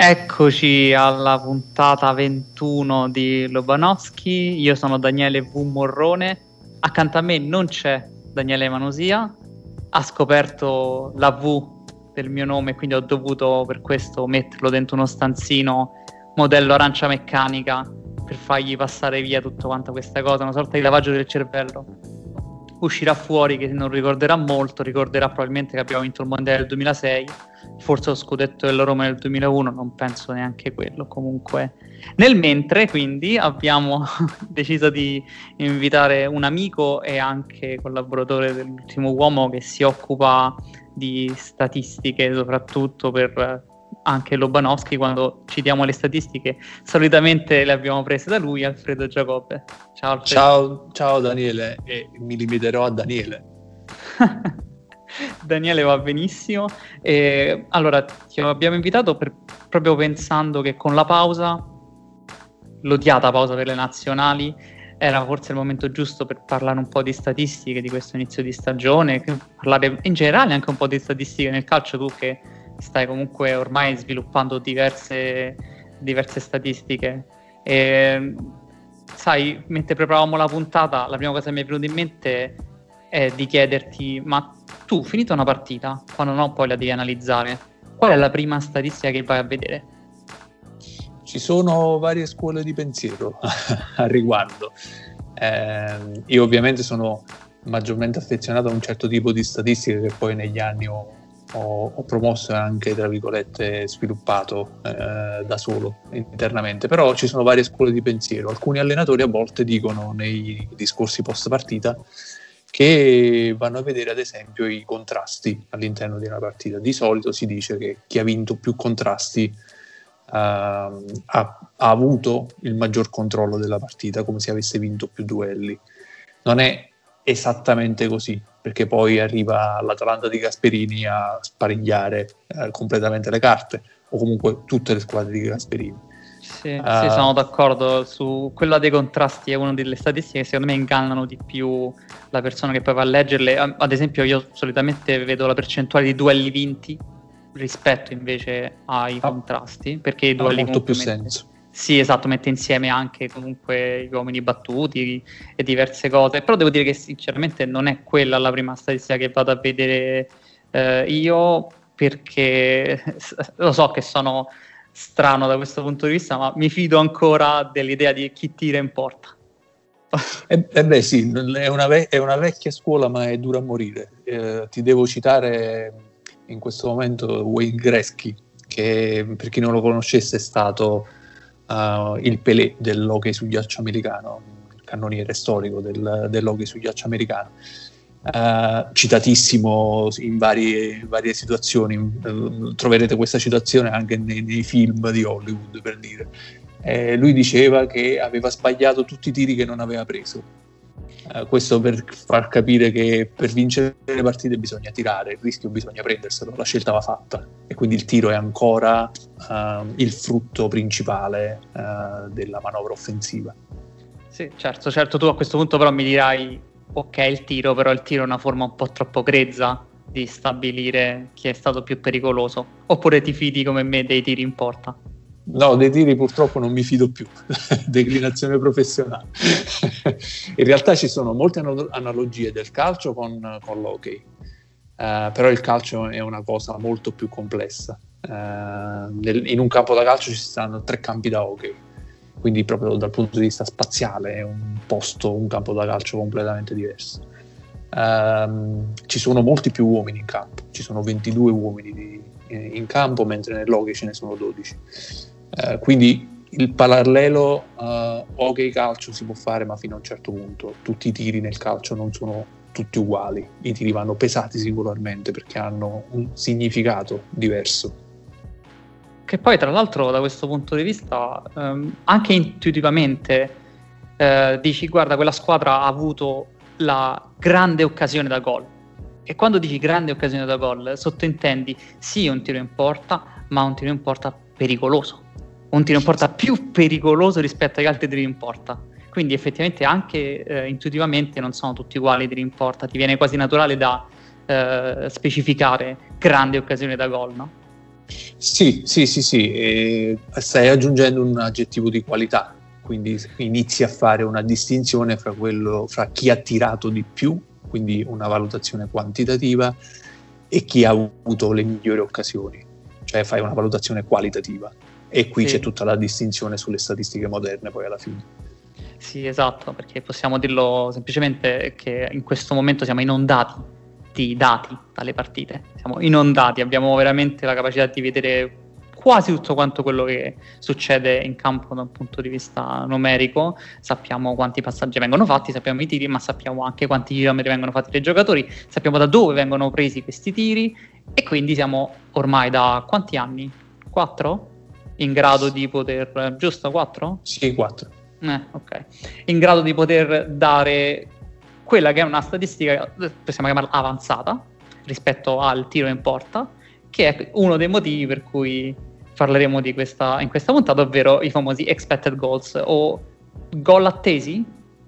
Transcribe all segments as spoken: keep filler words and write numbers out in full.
Eccoci alla puntata ventuno di Lobanowski. Io sono Daniele V. Morrone. Accanto a me non c'è Daniele Manosia. Ha scoperto la V del mio nome, quindi ho dovuto per questo metterlo dentro uno stanzino modello arancia meccanica per fargli passare via tutta quanta questa cosa, una sorta di lavaggio del cervello. Uscirà fuori che non ricorderà molto, ricorderà probabilmente che abbiamo vinto il mondiale del duemilasei, forse lo scudetto della Roma nel duemilauno, non penso neanche quello. Comunque, nel mentre, quindi, abbiamo deciso di invitare un amico e anche collaboratore dell'Ultimo Uomo che si occupa di statistiche, soprattutto per anche Lobanowski. Quando citiamo le statistiche solitamente le abbiamo prese da lui, Alfredo Giacobbe. Ciao Alfredo. Ciao, ciao Daniele, e mi limiterò a Daniele. Daniele va benissimo. E allora ti abbiamo invitato per, proprio pensando che con la pausa, l'odiata pausa per le nazionali, era forse il momento giusto per parlare un po' di statistiche di questo inizio di stagione, parlare in generale anche un po' di statistiche nel calcio, tu che stai comunque ormai sviluppando diverse, diverse statistiche. E, sai, mentre preparavamo la puntata, la prima cosa che mi è venuta in mente è di chiederti: ma tu, finita una partita, quando no poi la devi analizzare, qual è la prima statistica che vai a vedere? Ci sono varie scuole di pensiero al riguardo. Eh, io ovviamente sono maggiormente affezionato a un certo tipo di statistiche che poi negli anni ho, ho, ho promosso e anche, tra virgolette, sviluppato eh, da solo internamente. Però ci sono varie scuole di pensiero. Alcuni allenatori a volte dicono nei discorsi post partita che vanno a vedere ad esempio i contrasti all'interno di una partita. Di solito si dice che chi ha vinto più contrasti uh, ha, ha avuto il maggior controllo della partita, come se avesse vinto più duelli. Non è esattamente così, perché poi arriva l'Atalanta di Gasperini a sparigliare uh, completamente le carte, o comunque tutte le squadre di Gasperini. Sì, uh, sì, sono d'accordo su quella dei contrasti. È una delle statistiche che secondo me ingannano di più la persona che poi va a leggerle. Ad esempio, io solitamente vedo la percentuale di duelli vinti rispetto invece ai ah, contrasti, perché i duelli ha molto più mette, senso. Sì, esatto, mette insieme anche comunque gli uomini battuti e diverse cose. Però devo dire che sinceramente non è quella la prima statistica che vado a vedere eh, io, perché lo so che sono strano da questo punto di vista, ma mi fido ancora dell'idea di chi tira in porta. Eh, eh beh sì, è una, ve- è una vecchia scuola, ma è dura a morire. Eh, ti devo citare in questo momento Wayne Gretzky, che per chi non lo conoscesse è stato uh, il Pelé dell'hockey su ghiaccio americano, il cannoniere storico del, dell'hockey su ghiaccio americano. Uh, citatissimo in varie, varie situazioni. Uh, troverete questa citazione anche nei, nei film di Hollywood, per dire. Eh, lui diceva che aveva sbagliato tutti i tiri che non aveva preso. Uh, questo per far capire che per vincere le partite bisogna tirare, il rischio bisogna prenderselo, la scelta va fatta, e quindi il tiro è ancora uh, il frutto principale uh, della manovra offensiva. Sì, certo, certo. Tu a questo punto però mi dirai: ok, il tiro, però il tiro è una forma un po' troppo grezza di stabilire chi è stato più pericoloso. Oppure ti fidi come me dei tiri in porta? No, dei tiri purtroppo non mi fido più. Declinazione professionale. In realtà ci sono molte analogie del calcio con, con l'hockey, uh, però il calcio è una cosa molto più complessa. Uh, nel, in un campo da calcio ci stanno tre campi da hockey, quindi proprio dal punto di vista spaziale è un posto, un campo da calcio completamente diverso. Um, ci sono molti più uomini in campo, ci sono ventidue uomini di, eh, in campo, mentre nell'hockey ce ne sono dodici. Uh, quindi il parallelo uh, hockey-calcio si può fare, ma fino a un certo punto. Tutti i tiri nel calcio non sono tutti uguali, i tiri vanno pesati singolarmente perché hanno un significato diverso. Che poi tra l'altro da questo punto di vista ehm, anche intuitivamente eh, dici: guarda, quella squadra ha avuto la grande occasione da gol, e quando dici grande occasione da gol sottintendi sì un tiro in porta, ma un tiro in porta pericoloso, un tiro in porta più pericoloso rispetto agli altri tiri in porta. Quindi effettivamente anche eh, intuitivamente non sono tutti uguali i tiri in porta, ti viene quasi naturale da eh, specificare grande occasione da gol, no? Sì, sì, sì, sì, e stai aggiungendo un aggettivo di qualità, quindi inizi a fare una distinzione fra quello, fra chi ha tirato di più, quindi una valutazione quantitativa, e chi ha avuto le migliori occasioni, cioè fai una valutazione qualitativa, e qui sì. C'è tutta la distinzione sulle statistiche moderne poi alla fine. Sì, esatto, perché possiamo dirlo semplicemente che in questo momento siamo inondati di dati dalle partite, siamo inondati, abbiamo veramente la capacità di vedere quasi tutto quanto quello che succede in campo da un punto di vista numerico, sappiamo quanti passaggi vengono fatti, sappiamo i tiri, ma sappiamo anche quanti chilometri vengono fatti dai giocatori, sappiamo da dove vengono presi questi tiri, e quindi siamo ormai da quanti anni? Quattro? In grado di poter, giusto, quattro? Sì, quattro. Eh, ok. In grado di poter dare quella che è una statistica, possiamo chiamarla avanzata, rispetto al tiro in porta, che è uno dei motivi per cui parleremo di questa, in questa puntata, ovvero i famosi expected goals o gol attesi.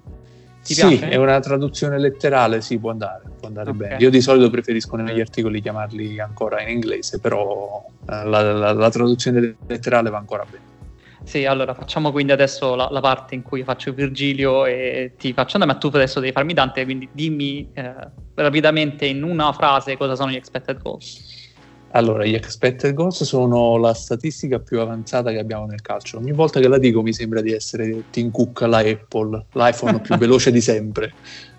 Ti sì, piace? È una traduzione letterale, sì, può andare, può andare okay. bene. Io di solito preferisco negli articoli chiamarli ancora in inglese, però eh, la, la, la traduzione letterale va ancora bene. Sì, allora facciamo quindi adesso la, la parte in cui faccio Virgilio e ti faccio andare, ma tu adesso devi farmi Dante, quindi dimmi eh, rapidamente in una frase cosa sono gli expected goals. Allora, gli expected goals sono la statistica più avanzata che abbiamo nel calcio. Ogni volta che la dico mi sembra di essere Tim Cook alla Apple, l'iPhone più veloce di sempre.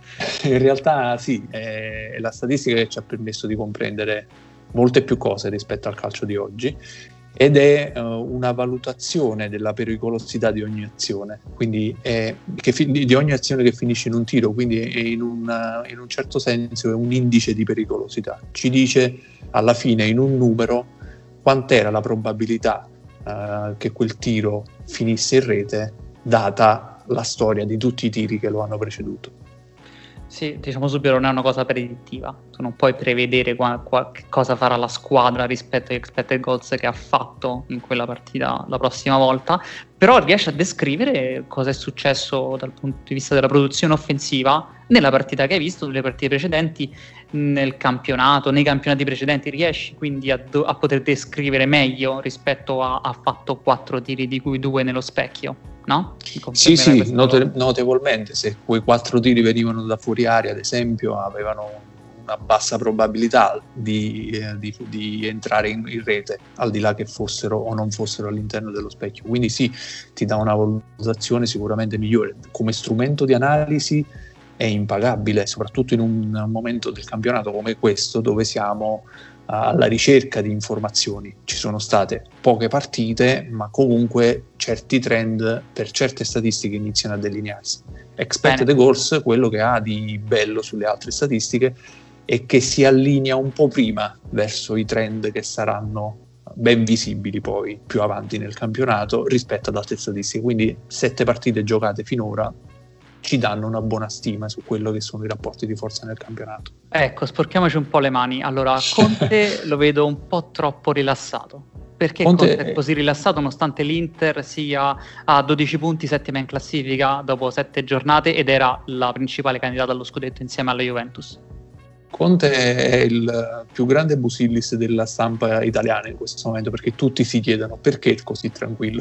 In realtà sì, è la statistica che ci ha permesso di comprendere molte più cose rispetto al calcio di oggi, ed è uh, una valutazione della pericolosità di ogni azione, quindi è, che fi- di ogni azione che finisce in un tiro, quindi è in, una, in un certo senso è un indice di pericolosità. Ci dice alla fine in un numero quant'era la probabilità uh, che quel tiro finisse in rete, data la storia di tutti i tiri che lo hanno preceduto. Sì, diciamo subito, non è una cosa predittiva, tu non puoi prevedere qua, qua, che cosa farà la squadra rispetto agli expected goals che ha fatto in quella partita la prossima volta, però riesce a descrivere cosa è successo dal punto di vista della produzione offensiva nella partita che hai visto, nelle partite precedenti, nel campionato, nei campionati precedenti, riesci quindi a, do- a poter descrivere meglio rispetto a ha fatto quattro tiri di cui due nello specchio. No? Sì, sì, note- notevolmente. Se quei quattro tiri venivano da fuori area, ad esempio, avevano una bassa probabilità di, eh, di, di entrare in, in rete, al di là che fossero o non fossero all'interno dello specchio. Quindi sì, ti dà una valutazione sicuramente migliore. Come strumento di analisi è impagabile, soprattutto in un momento del campionato come questo, dove siamo alla ricerca di informazioni. Ci sono state poche partite, ma comunque certi trend per certe statistiche iniziano a delinearsi. Expected Bene. Goals, quello che ha di bello sulle altre statistiche è che si allinea un po' prima verso i trend che saranno ben visibili poi più avanti nel campionato rispetto ad altre statistiche. Quindi sette partite giocate finora ci danno una buona stima su quello che sono i rapporti di forza nel campionato. Ecco, sporchiamoci un po' le mani. Allora, Conte lo vedo un po' troppo rilassato. Perché Conte, Conte è così rilassato nonostante l'Inter sia a dodici punti, settima in classifica dopo sette giornate, ed era la principale candidata allo scudetto insieme alla Juventus? Conte è il più grande Busillis della stampa italiana in questo momento, perché tutti si chiedono perché è così tranquillo.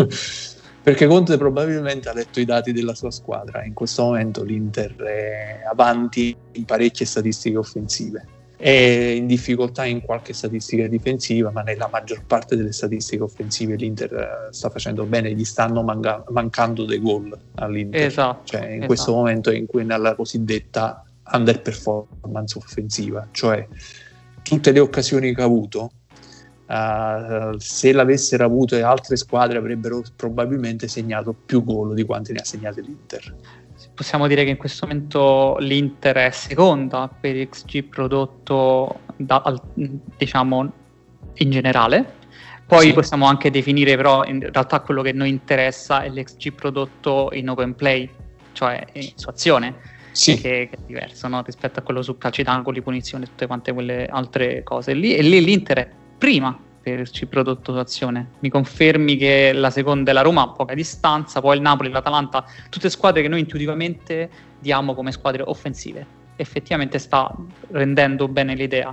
Perché Conte probabilmente ha letto i dati della sua squadra. In questo momento l'Inter è avanti in parecchie statistiche offensive, è in difficoltà in qualche statistica difensiva, ma nella maggior parte delle statistiche offensive l'Inter sta facendo bene, gli stanno manca- mancando dei gol all'Inter. Esatto, cioè in esatto. questo momento è in cui nella cosiddetta underperformance offensiva, cioè tutte le occasioni che ha avuto, Uh, se l'avessero avute altre squadre avrebbero probabilmente segnato più gol di quanti ne ha segnati l'Inter. Possiamo dire che in questo momento l'Inter è seconda per X G prodotto da, al, diciamo in generale, poi sì. Possiamo anche definire, però in realtà quello che noi interessa è l'X G prodotto in open play, cioè su azione. Sì. Che, che è diverso, no? Rispetto a quello su calci d'angoli, punizione, tutte quante quelle altre cose lì, e lì l'Inter è prima per il prodotto d'azione. Mi confermi che la seconda è la Roma a poca distanza, poi il Napoli, l'Atalanta, tutte squadre che noi intuitivamente diamo come squadre offensive. Effettivamente sta rendendo bene l'idea.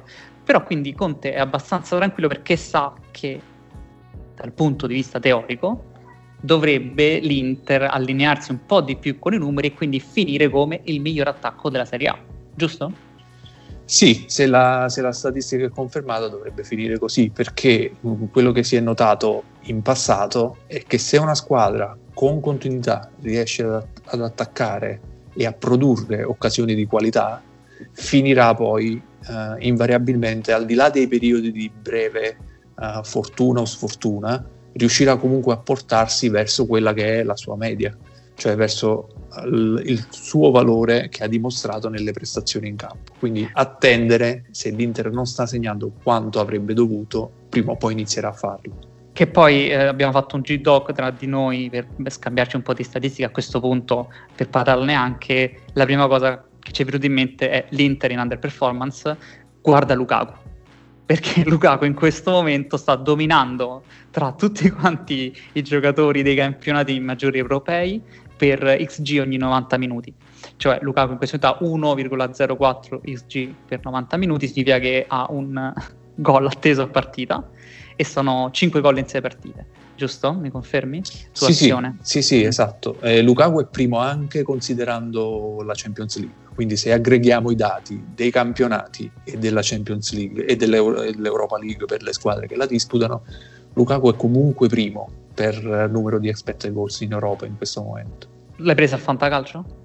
Però quindi Conte è abbastanza tranquillo perché sa che dal punto di vista teorico dovrebbe l'Inter allinearsi un po' di più con i numeri e quindi finire come il miglior attacco della Serie A, giusto? Sì, se la, se la statistica è confermata dovrebbe finire così, perché quello che si è notato in passato è che se una squadra con continuità riesce ad, ad attaccare e a produrre occasioni di qualità, finirà poi uh, invariabilmente, al di là dei periodi di breve uh, fortuna o sfortuna, riuscirà comunque a portarsi verso quella che è la sua media, cioè verso il, il suo valore che ha dimostrato nelle prestazioni in campo. Quindi attendere, se l'Inter non sta segnando quanto avrebbe dovuto, prima o poi inizierà a farlo. Che poi eh, abbiamo fatto un G-Doc tra di noi per, per scambiarci un po' di statistiche. A questo punto, per parlarne anche, la prima cosa che ci è venuta in mente è l'Inter in underperformance. Guarda Lukaku, perché Lukaku in questo momento sta dominando tra tutti quanti i giocatori dei campionati maggiori europei per X G ogni novanta minuti. Cioè Lukaku in questo momento ha uno virgola zero quattro X G per novanta minuti, significa che ha un gol atteso a partita, e sono cinque gol in sei partite, giusto? Mi confermi? Su sì, azione. Sì, sì, sì, esatto. Eh, Lukaku è primo anche considerando la Champions League, quindi se aggreghiamo i dati dei campionati e della Champions League e dell'Euro- dell'Europa League per le squadre che la disputano, Lukaku è comunque primo per numero di expected goals in Europa in questo momento. L'hai presa a Fantacalcio?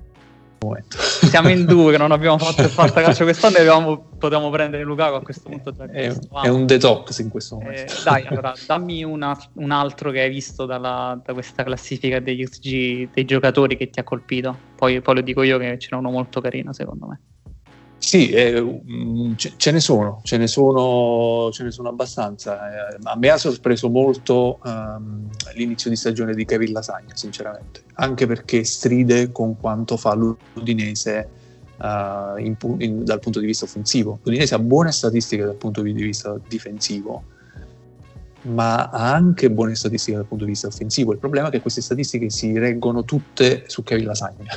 Siamo in due che non abbiamo fatto il fantacalcio quest'anno e avevamo, potevamo prendere Lukaku a questo punto. È, è un detox in questo momento. Eh, dai, allora dammi una, un altro che hai visto dalla, da questa classifica degli X G dei giocatori che ti ha colpito. Poi, poi lo dico io che ce n'è uno molto carino secondo me. Sì, eh, ce, ce ne sono, ce ne sono, ce ne sono abbastanza. Eh, a me ha sorpreso molto um, l'inizio di stagione di Kevin Lasagna, sinceramente, anche perché stride con quanto fa l'Udinese uh, in, in, dal punto di vista offensivo. L'Udinese ha buone statistiche dal punto di vista difensivo, ma ha anche buone statistiche dal punto di vista offensivo. Il problema è che queste statistiche si reggono tutte su Kevin Lasagna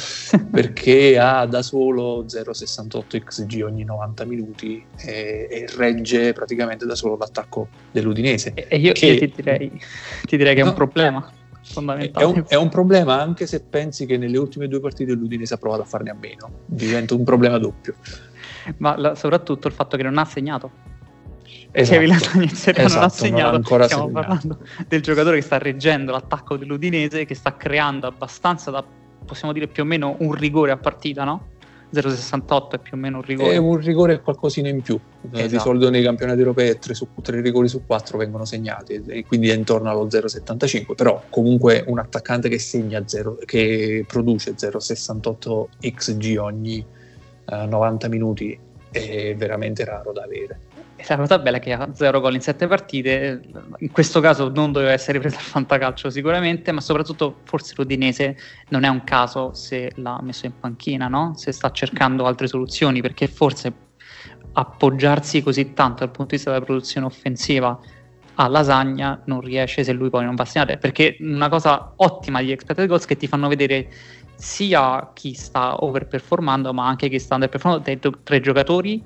perché ha da solo zero virgola sessantotto X G ogni novanta minuti e, e regge praticamente da solo l'attacco dell'Udinese. E io, che, io ti, direi, ti direi che è no, un problema fondamentale. È un, è un problema, anche se pensi che nelle ultime due partite l'Udinese ha provato a farne a meno, diventa un problema doppio. Ma la, soprattutto il fatto che non ha segnato. Esatto, Kevin Lasagna in Serie A esatto, non ha segnato. non ha Stiamo segnato. parlando del giocatore che sta reggendo l'attacco dell'Udinese, che sta creando abbastanza da, possiamo dire, più o meno un rigore a partita, no? zero virgola sessantotto è più o meno un rigore. È un rigore e qualcosina in più. Esatto. Di solito nei campionati europei tre, su, tre rigori su quattro vengono segnati e quindi è intorno allo zero virgola settantacinque, però comunque un attaccante che segna zero, che produce zero virgola sessantotto X G ogni uh, novanta minuti è veramente raro da avere. La cosa bella è che ha zero gol in sette partite. In questo caso non doveva essere preso al fantacalcio sicuramente, ma soprattutto forse l'Udinese non è un caso se l'ha messo in panchina, no? Se sta cercando altre soluzioni, perché forse appoggiarsi così tanto dal punto di vista della produzione offensiva a Lasagna non riesce se lui poi non va a segnare, perché una cosa ottima di expected goals è che ti fanno vedere sia chi sta overperformando ma anche chi sta underperformando dai do- tre giocatori,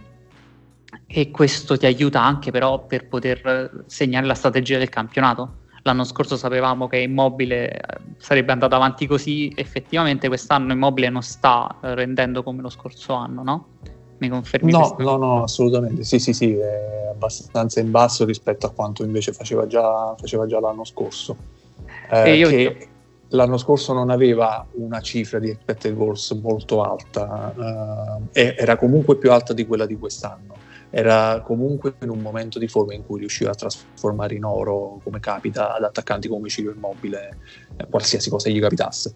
e questo ti aiuta anche però per poter segnare la strategia del campionato. L'anno scorso sapevamo che Immobile sarebbe andato avanti così, effettivamente quest'anno Immobile non sta rendendo come lo scorso anno, no? Mi confermi? No, questo? no, no, assolutamente, sì, sì, sì, è abbastanza in basso rispetto a quanto invece faceva già, faceva già l'anno scorso. Eh, E io che io... l'anno scorso non aveva una cifra di expected goals molto alta, eh, e era comunque più alta di quella di quest'anno. Era comunque in un momento di forma in cui riusciva a trasformare in oro, come capita ad attaccanti come Ciro Immobile, eh, qualsiasi cosa gli capitasse.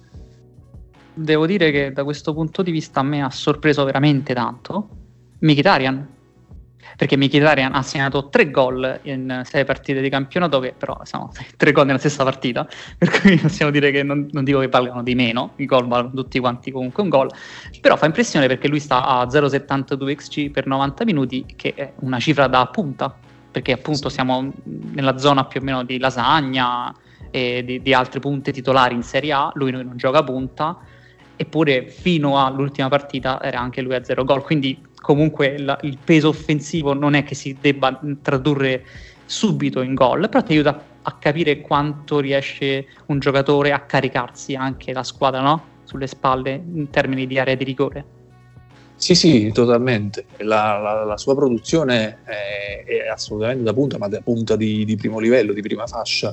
Devo dire che da questo punto di vista a me ha sorpreso veramente tanto Mkhitaryan, perché Mkhitaryan ha segnato tre gol in sei partite di campionato, che però sono tre gol nella stessa partita, per cui possiamo dire che non, non dico che valgano di meno, i gol valgono tutti quanti comunque un gol, però fa impressione perché lui sta a zero virgola settantadue X G per novanta minuti, che è una cifra da punta, perché appunto siamo nella zona più o meno di Lasagna e di, di altre punte titolari in Serie A. Lui non gioca punta, eppure fino all'ultima partita era anche lui a zero gol, quindi comunque la, il peso offensivo non è che si debba tradurre subito in gol, però ti aiuta a capire quanto riesce un giocatore a caricarsi anche la squadra, no? Sulle spalle in termini di area di rigore. Sì, sì, totalmente. La, la, la sua produzione è, è assolutamente da punta, ma da punta di, di primo livello, di prima fascia.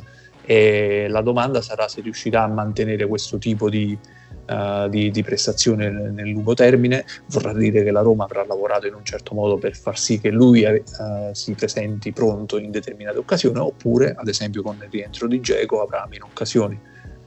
E la domanda sarà se riuscirà a mantenere questo tipo di, uh, di, di prestazione nel, nel lungo termine. Vorrà dire che la Roma avrà lavorato in un certo modo per far sì che lui uh, si presenti pronto in determinate occasioni, oppure, ad esempio, con il rientro di Dzeko avrà meno occasioni.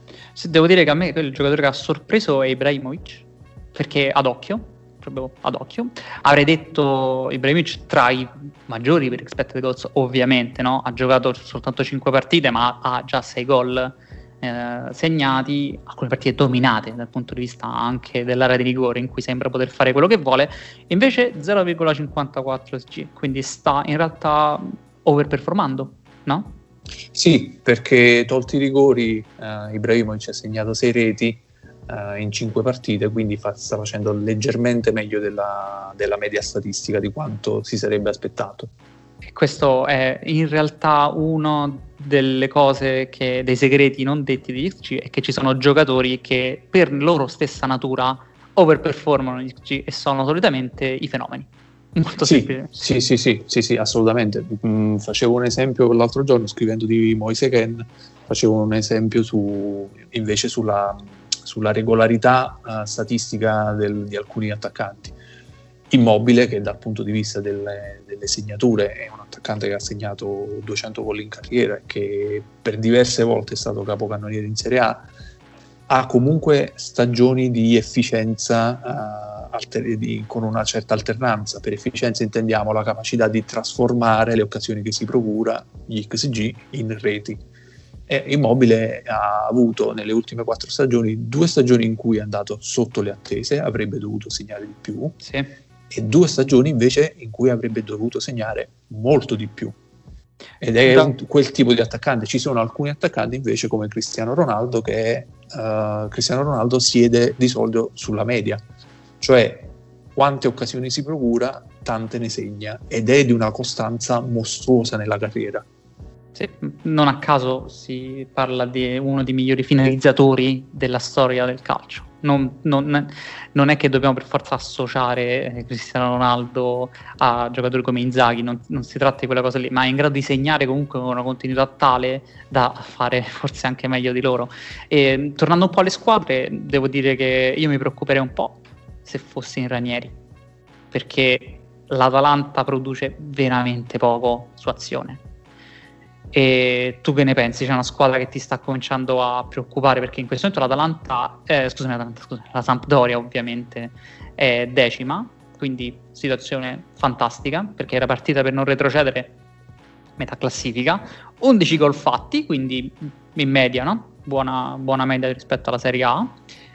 Se devo dire che a me il giocatore che ha sorpreso è Ibrahimovic, perché ad occhio, proprio ad occhio, avrei detto Ibrahimovic tra i maggiori per expected goals, ovviamente, no? Ha giocato soltanto cinque partite, ma ha già sei gol eh, segnati, alcune partite dominate dal punto di vista anche dell'area di rigore, in cui sembra poter fare quello che vuole, invece zero virgola cinquantaquattro S G, quindi sta in realtà overperformando, no? Sì, perché tolti i rigori, eh, Ibrahimovic ha segnato sei reti uh, in cinque partite, quindi fa, sta facendo leggermente meglio della, della media statistica di quanto si sarebbe aspettato. E questo è in realtà una delle cose, che, dei segreti non detti di X G, è che ci sono giocatori che per loro stessa natura overperformano in X G e sono solitamente i fenomeni. Molto sì, semplice. Sì, sì, sì, sì, sì, assolutamente. Mm, facevo un esempio l'altro giorno scrivendo di Moise Kean, facevo un esempio su, invece sulla, sulla regolarità uh, statistica del, di alcuni attaccanti. Immobile, che dal punto di vista delle, delle segnature è un attaccante che ha segnato duecento gol in carriera e che per diverse volte è stato capocannoniere in Serie A, ha comunque stagioni di efficienza uh, alter- di, con una certa alternanza. Per efficienza intendiamo la capacità di trasformare le occasioni che si procura, gli X G, in reti. E Immobile ha avuto nelle ultime quattro stagioni due stagioni in cui è andato sotto le attese, avrebbe dovuto segnare di più, sì. E due stagioni invece in cui avrebbe dovuto segnare molto di più. Ed è Da. un, quel tipo di attaccante. Ci sono alcuni attaccanti invece come Cristiano Ronaldo che uh, Cristiano Ronaldo siede di solito sulla media, cioè quante occasioni si procura, tante ne segna, ed è di una costanza mostruosa nella carriera. Sì, non a caso si parla di uno dei migliori finalizzatori della storia del calcio. Non, non, non è che dobbiamo per forza associare Cristiano Ronaldo a giocatori come Inzaghi, non, non si tratta di quella cosa lì, ma è in grado di segnare comunque con una continuità tale da fare forse anche meglio di loro. E tornando un po' alle squadre, devo dire che io mi preoccuperei un po' se fossi in Ranieri, perché l'Atalanta produce veramente poco su azione. E tu che ne pensi? C'è una squadra che ti sta cominciando a preoccupare, perché in questo momento l'Atalanta, eh, scusami, l'Atalanta, scusami, la Sampdoria ovviamente è decima, quindi situazione fantastica, perché era partita per non retrocedere, metà classifica, undici gol fatti, quindi in media, no? Buona, buona media rispetto alla Serie A,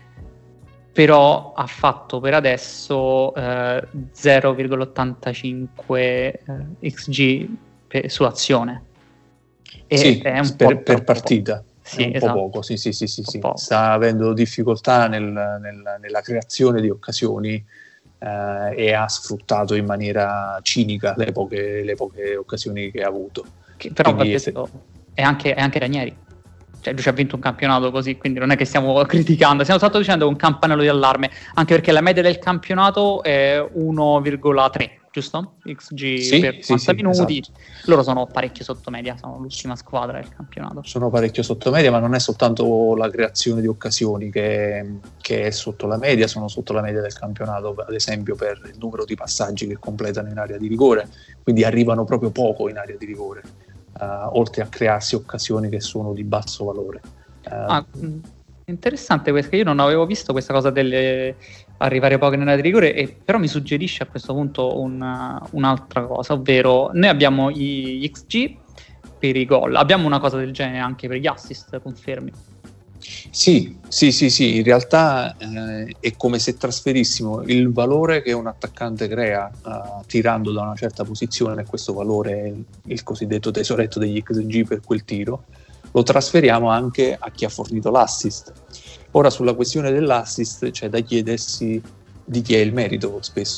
però ha fatto per adesso eh, zero virgola ottantacinque eh, X G per, su azione. E sì, è un per, po' per partita sì, è un esatto. po' poco, sì, sì, sì, sì, sì. Sta avendo difficoltà nel, nel, nella creazione di occasioni eh, e ha sfruttato in maniera cinica le poche, le poche occasioni che ha avuto. Che però quindi va detto, è anche, è anche Ranieri, cioè lui ci ha vinto un campionato così, quindi non è che stiamo criticando, stiamo soltanto dicendo un campanello di allarme, anche perché la media del campionato è uno virgola tre, giusto? X G sì, per sì, novanta sì, minuti, esatto. Loro sono parecchio sotto media, sono l'ultima squadra del campionato. Sono parecchio sotto media, ma non è soltanto la creazione di occasioni che, che è sotto la media, sono sotto la media del campionato, ad esempio per il numero di passaggi che completano in area di rigore, quindi arrivano proprio poco in area di rigore, uh, oltre a crearsi occasioni che sono di basso valore. Uh, ah, interessante questo, che io non avevo visto questa cosa delle arrivare poco in area di rigore, e però mi suggerisce a questo punto un, un'altra cosa, ovvero noi abbiamo gli X G per i gol, abbiamo una cosa del genere anche per gli assist, confermi? Sì, sì, sì, sì, in realtà eh, è come se trasferissimo il valore che un attaccante crea uh, tirando da una certa posizione, e questo valore è il cosiddetto tesoretto degli X G per quel tiro, lo trasferiamo anche a chi ha fornito l'assist. Ora, sulla questione dell'assist c'è da chiedersi di chi è il merito spesso,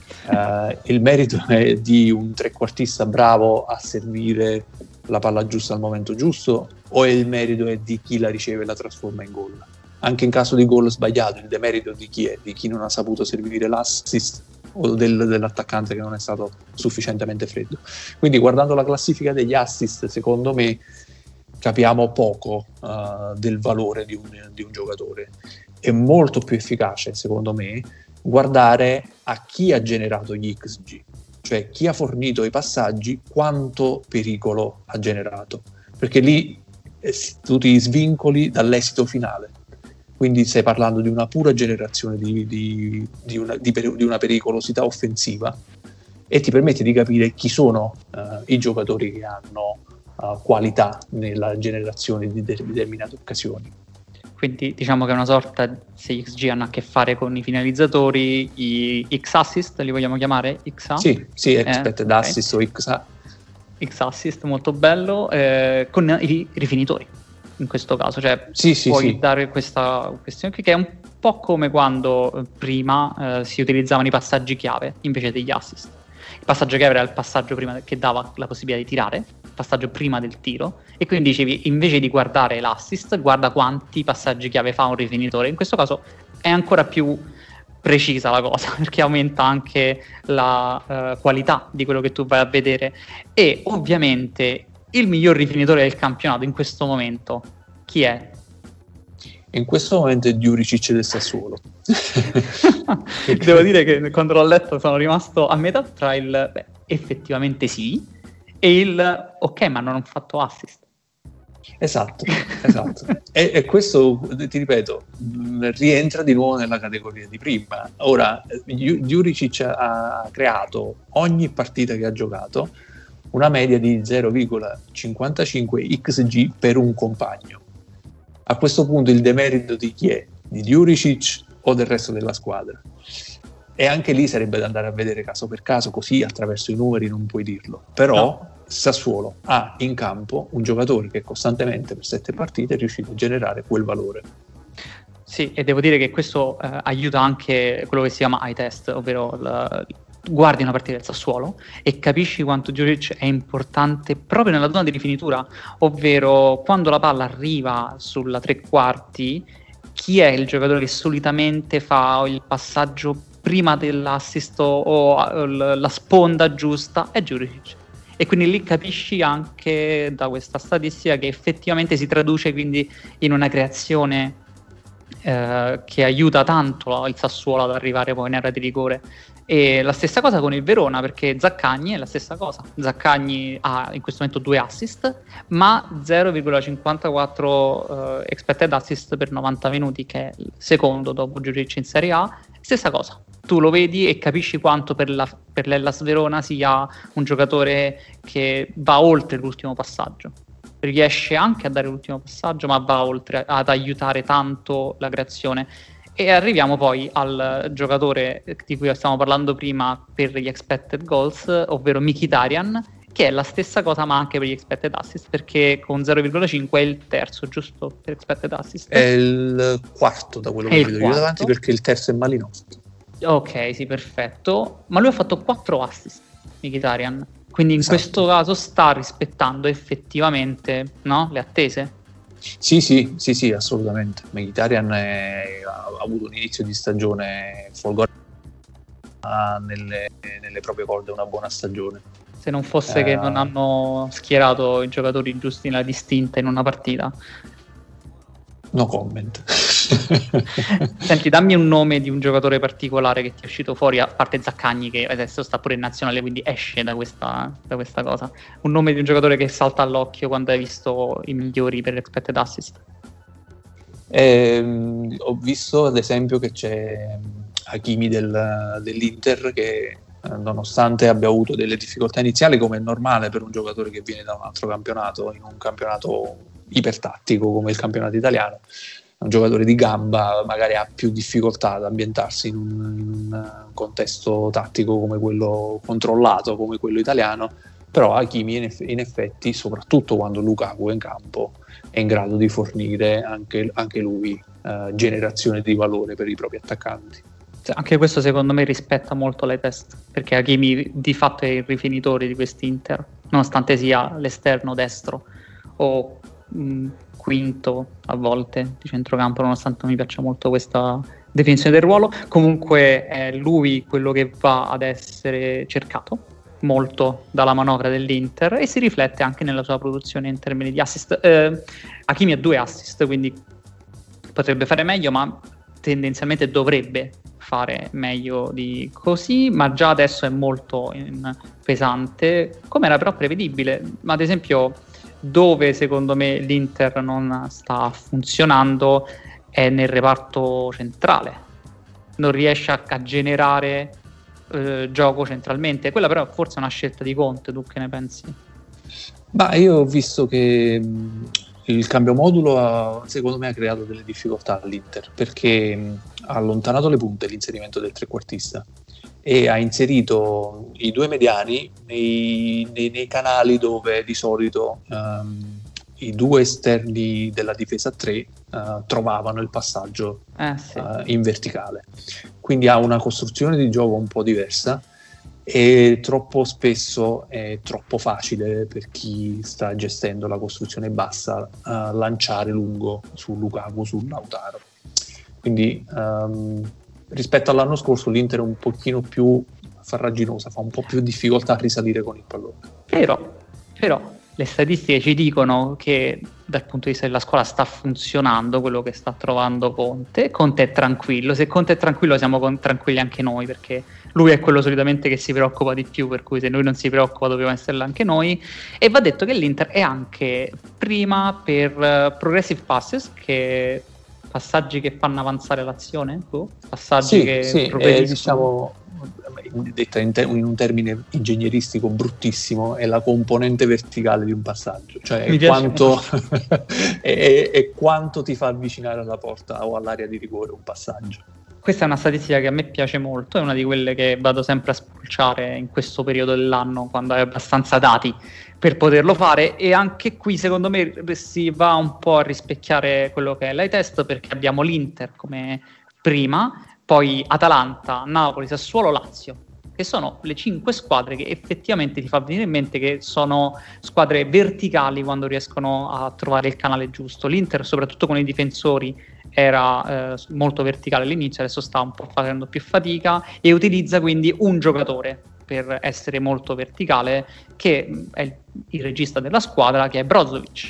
Uh, il merito è di un trequartista bravo a servire la palla giusta al momento giusto, o il merito è di chi la riceve e la trasforma in gol? Anche in caso di gol sbagliato, il demerito di chi è? Di chi non ha saputo servire l'assist o del, dell'attaccante che non è stato sufficientemente freddo. Quindi, guardando la classifica degli assist, secondo me capiamo poco uh, del valore di un, di un giocatore. È molto più efficace, secondo me, guardare a chi ha generato gli X G, cioè chi ha fornito i passaggi, quanto pericolo ha generato, perché lì eh, tu ti svincoli dall'esito finale. Quindi stai parlando di una pura generazione di, di, di, una, di, per, di una pericolosità offensiva, e ti permette di capire chi sono uh, i giocatori che hanno uh, qualità nella generazione di de- determinate occasioni. Quindi diciamo che è una sorta, se gli X G hanno a che fare con i finalizzatori, i X-assist li vogliamo chiamare? X A? Sì, sì, expected eh, assist okay. o X A. X-assist, molto bello, eh, con i rifinitori. In questo caso, cioè sì, sì, puoi sì. dare questa questione qui, che è un po' come quando prima eh, si utilizzavano i passaggi chiave invece degli assist. Il passaggio chiave era il passaggio prima che dava la possibilità di tirare, il passaggio prima del tiro, e quindi dicevi, invece di guardare l'assist, guarda quanti passaggi chiave fa un rifinitore. In questo caso è ancora più precisa la cosa, perché aumenta anche la uh, qualità di quello che tu vai a vedere. E ovviamente il miglior rifinitore del campionato in questo momento chi è? In questo momento è Juricic del Sassuolo. Devo dire che quando l'ho letto sono rimasto a metà tra il beh, effettivamente sì e il ok, ma non ho fatto assist. Esatto, esatto. e, e questo, ti ripeto, rientra di nuovo nella categoria di prima. Ora, Juricic ha creato ogni partita che ha giocato una media di zero virgola cinquantacinque X G per un compagno. A questo punto il demerito di chi è? Di Juricic o del resto della squadra? E anche lì sarebbe da andare a vedere caso per caso, così attraverso i numeri non puoi dirlo. Però no. Sassuolo ha in campo un giocatore che costantemente per sette partite è riuscito a generare quel valore. Sì, e devo dire che questo eh, aiuta anche quello che si chiama eye test, ovvero il, guardi una partita del Sassuolo e capisci quanto Juric è importante proprio nella zona di rifinitura, ovvero quando la palla arriva sulla tre quarti, chi è il giocatore che solitamente fa il passaggio prima dell'assist o la sponda giusta? È Juric. E quindi lì capisci anche da questa statistica che effettivamente si traduce quindi in una creazione eh, che aiuta tanto il Sassuolo ad arrivare poi in area di rigore. E la stessa cosa con il Verona, perché Zaccagni è la stessa cosa. Zaccagni ha in questo momento due assist, ma zero virgola cinquantaquattro eh, expected assist per novanta minuti, che è il secondo dopo Juric in Serie A. Stessa cosa, tu lo vedi e capisci quanto per, la, per l'Hellas Verona sia un giocatore che va oltre l'ultimo passaggio. Riesce anche a dare l'ultimo passaggio, ma va oltre ad aiutare tanto la creazione. E arriviamo poi al giocatore di cui stavamo parlando prima per gli expected goals, ovvero Mkhitaryan, che è la stessa cosa ma anche per gli expected assist, perché con zero virgola cinque è il terzo, giusto? Per expected assist. È il quarto da quello che vedo io davanti, perché il terzo è Malinowski. Ok, sì, perfetto. Ma lui ha fatto quattro assist, Mkhitaryan. Quindi in esatto. questo caso sta rispettando effettivamente, no? Le attese? Sì, sì, sì, sì, assolutamente. Mkhitaryan è, ha avuto un inizio di stagione folgorante, nelle, nelle proprie corde una buona stagione. Se non fosse eh, che non hanno schierato i giocatori giusti nella distinta in una partita. No comment. Senti, dammi un nome di un giocatore particolare che ti è uscito fuori, a parte Zaccagni che adesso sta pure in nazionale, quindi esce da questa, da questa cosa. Un nome di un giocatore che salta all'occhio quando hai visto i migliori per l'expected assist. Eh, ho visto ad esempio che c'è Hakimi del, dell'Inter che nonostante abbia avuto delle difficoltà iniziali, come è normale per un giocatore che viene da un altro campionato, in un campionato ipertattico come il campionato italiano, un giocatore di gamba magari ha più difficoltà ad ambientarsi in un, in un contesto tattico come quello controllato, come quello italiano, però Hakimi in, eff- in effetti, soprattutto quando Lukaku è in campo, è in grado di fornire anche, anche lui eh, generazione di valore per i propri attaccanti. Anche questo secondo me rispetta molto l'eye test, perché Hakimi di fatto è il rifinitore di quest'Inter, nonostante sia l'esterno destro o mh, quinto a volte di centrocampo, nonostante mi piaccia molto questa definizione del ruolo. Comunque è lui quello che va ad essere cercato molto dalla manovra dell'Inter e si riflette anche nella sua produzione in termini di assist. eh, Hakimi ha due assist, quindi potrebbe fare meglio, ma tendenzialmente dovrebbe fare meglio di così, ma già adesso è molto in pesante, come era però prevedibile. Ma ad esempio dove secondo me l'Inter non sta funzionando è nel reparto centrale, non riesce a, a generare eh, gioco centralmente. Quella però forse è una scelta di Conte, tu che ne pensi? Ma io ho visto che mh, il cambio modulo ha, secondo me ha creato delle difficoltà all'Inter, perché mh, ha allontanato le punte l'inserimento del trequartista e ha inserito i due mediani nei, nei, nei canali dove di solito um, i due esterni della difesa tre uh, trovavano il passaggio eh, sì. uh, in verticale. Quindi ha una costruzione di gioco un po' diversa e troppo spesso è troppo facile per chi sta gestendo la costruzione bassa uh, lanciare lungo su Lukaku, su Lautaro. Quindi um, rispetto all'anno scorso l'Inter è un pochino più farraginosa, fa un po' più difficoltà a risalire con il pallone. Però, però le statistiche ci dicono che dal punto di vista della squadra sta funzionando quello che sta trovando Conte. Conte è tranquillo, se Conte è tranquillo siamo con- tranquilli anche noi, perché lui è quello solitamente che si preoccupa di più, per cui se lui non si preoccupa dobbiamo esserlo anche noi. E va detto che l'Inter è anche prima per uh, progressive passes, che passaggi che fanno avanzare l'azione, tu? Passaggi sì, che sì, eh, diciamo detta in, te- in un termine ingegneristico bruttissimo, è la componente verticale di un passaggio, cioè è quanto, è, è, è quanto ti fa avvicinare alla porta o all'area di rigore un passaggio. Questa è una statistica che a me piace molto, è una di quelle che vado sempre a spulciare in questo periodo dell'anno, quando hai abbastanza dati per poterlo fare, e anche qui secondo me si va un po' a rispecchiare quello che è l'eye test, perché abbiamo l'Inter come prima, poi Atalanta, Napoli, Sassuolo, Lazio, che sono le cinque squadre che effettivamente ti fa venire in mente che sono squadre verticali quando riescono a trovare il canale giusto. L'Inter, soprattutto con i difensori, era eh, molto verticale all'inizio, adesso sta un po' facendo più fatica e utilizza quindi un giocatore per essere molto verticale, che è il, il regista della squadra, che è Brozovic,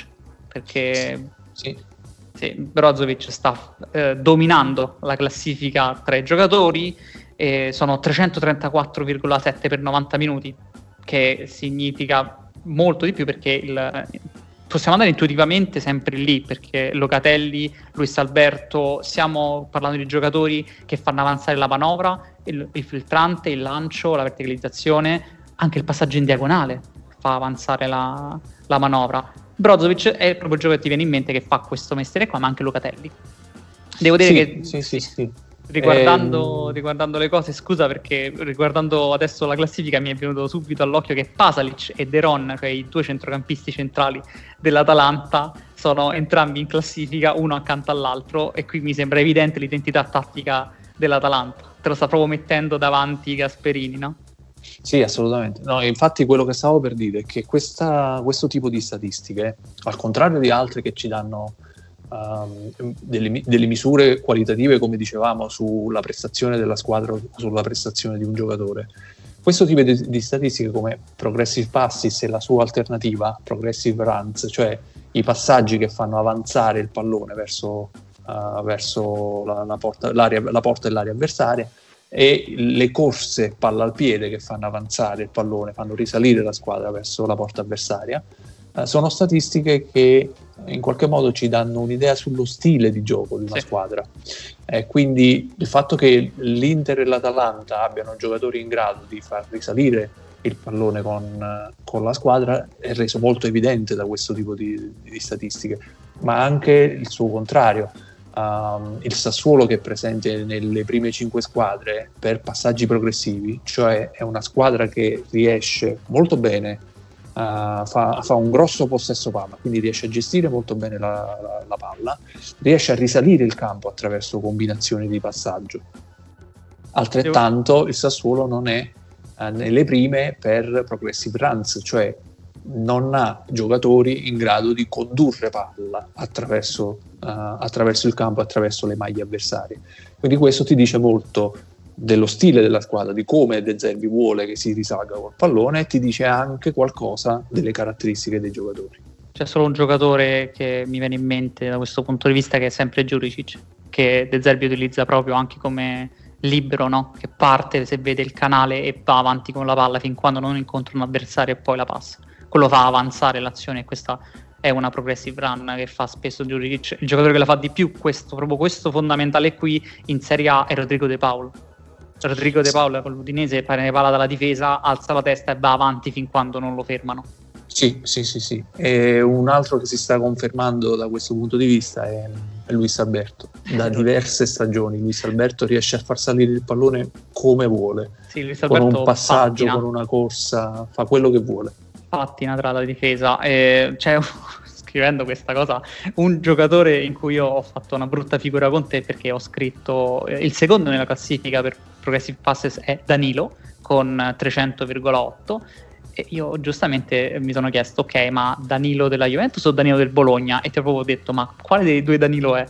perché sì. Sì, Brozovic sta eh, dominando la classifica tra i giocatori, e sono trecentotrentaquattro virgola sette per novanta minuti, che significa molto di più, perché il, possiamo andare intuitivamente sempre lì, perché Locatelli, Luis Alberto, stiamo parlando di giocatori che fanno avanzare la manovra, il, il filtrante, il lancio, la verticalizzazione, anche il passaggio in diagonale fa avanzare la, la manovra. Brozovic è proprio il giocatore che ti viene in mente che fa questo mestiere qua, ma anche Locatelli. Devo dire sì, che sì, sì, sì. Riguardando, ehm... riguardando le cose, scusa, perché riguardando adesso la classifica mi è venuto subito all'occhio che Pasalic e De Ron, cioè i due centrocampisti centrali dell'Atalanta, sono entrambi in classifica uno accanto all'altro, e qui mi sembra evidente l'identità tattica dell'Atalanta. Te lo sta proprio mettendo davanti Gasperini, no? Sì, assolutamente. No, infatti quello che stavo per dire è che questa, questo tipo di statistiche, al contrario di altre che ci danno um, delle, delle misure qualitative, come dicevamo, sulla prestazione della squadra o sulla prestazione di un giocatore, questo tipo di, di statistiche come progressive passes e la sua alternativa, progressive runs, cioè i passaggi che fanno avanzare il pallone verso, uh, verso la, la, porta, l'area, la porta e l'area avversaria, e le corse palla al piede che fanno avanzare il pallone, fanno risalire la squadra verso la porta avversaria, eh, sono statistiche che in qualche modo ci danno un'idea sullo stile di gioco di una sì. squadra. Eh, quindi il fatto che l'Inter e l'Atalanta abbiano giocatori in grado di far risalire il pallone con, con la squadra è reso molto evidente da questo tipo di, di statistiche, ma anche il suo contrario. Um, il Sassuolo, che è presente nelle prime cinque squadre per passaggi progressivi, cioè è una squadra che riesce molto bene, uh, fa, fa un grosso possesso palla, quindi riesce a gestire molto bene la, la, la palla, riesce a risalire il campo attraverso combinazioni di passaggio. Altrettanto il Sassuolo non è eh, nelle prime per progressive runs, cioè non ha giocatori in grado di condurre palla attraverso, uh, attraverso il campo, attraverso le maglie avversarie. Quindi questo ti dice molto dello stile della squadra, di come De Zerbi vuole che si risalga col pallone, e ti dice anche qualcosa delle caratteristiche dei giocatori. C'è solo un giocatore che mi viene in mente da questo punto di vista, che è sempre Juricic, che De Zerbi utilizza proprio anche come libero, no? Che parte se vede il canale e va avanti con la palla fin quando non incontra un avversario e poi la passa. Quello fa avanzare l'azione, e questa è una progressive run che fa spesso Juricic. Il giocatore che la fa di più, questo, proprio questo fondamentale qui in Serie A, è Rodrigo De Paul. Rodrigo De Paul con l'Udinese prende palla dalla difesa, alza la testa e va avanti fin quando non lo fermano. Sì, sì, sì, sì. E un altro che si sta confermando da questo punto di vista è, è Luis Alberto. Da diverse stagioni Luis Alberto riesce a far salire il pallone come vuole, sì, Luis Alberto con un passaggio, pattina. Con una corsa, fa quello che vuole. Pattina tra la difesa. Eh, c'è, scrivendo questa cosa, un giocatore in cui io ho fatto una brutta figura con te, perché ho scritto eh, il secondo nella classifica per progressive passes è Danilo con trecento virgola otto. E io giustamente mi sono chiesto, ok, ma Danilo della Juventus o Danilo del Bologna? E ti ho proprio detto, ma quale dei due Danilo è?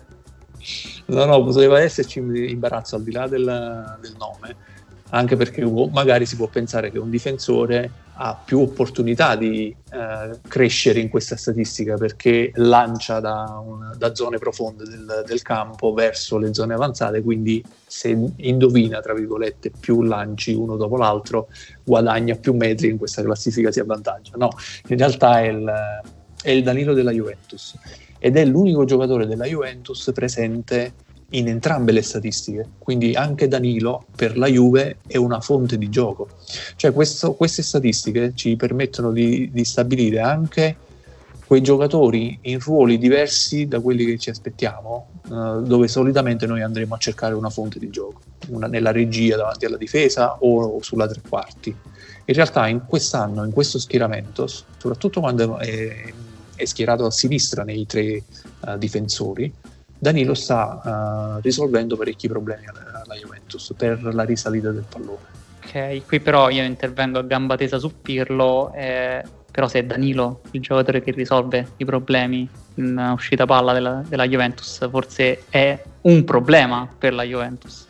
No, no, poteva esserci imbarazzo al di là del, del nome, anche perché magari si può pensare che un difensore ha più opportunità di eh, crescere in questa statistica, perché lancia da, un, da zone profonde del, del campo verso le zone avanzate, quindi se indovina, tra virgolette, più lanci uno dopo l'altro, guadagna più metri, in questa classifica si avvantaggia. No, in realtà è il, è il Danilo della Juventus, ed è l'unico giocatore della Juventus presente in entrambe le statistiche, quindi anche Danilo per la Juve è una fonte di gioco. Cioè questo, queste statistiche ci permettono di, di stabilire anche quei giocatori in ruoli diversi da quelli che ci aspettiamo, eh, dove solitamente noi andremo a cercare una fonte di gioco, una nella regia davanti alla difesa o sulla tre quarti. In realtà in quest'anno, in questo schieramento, soprattutto quando è, è schierato a sinistra nei tre uh, difensori, Danilo sta uh, risolvendo parecchi problemi alla, alla Juventus per la risalita del pallone. Ok, qui però io intervengo a gamba tesa su Pirlo, eh, però se è Danilo il giocatore che risolve i problemi in uscita palla della, della Juventus, forse è un problema per la Juventus.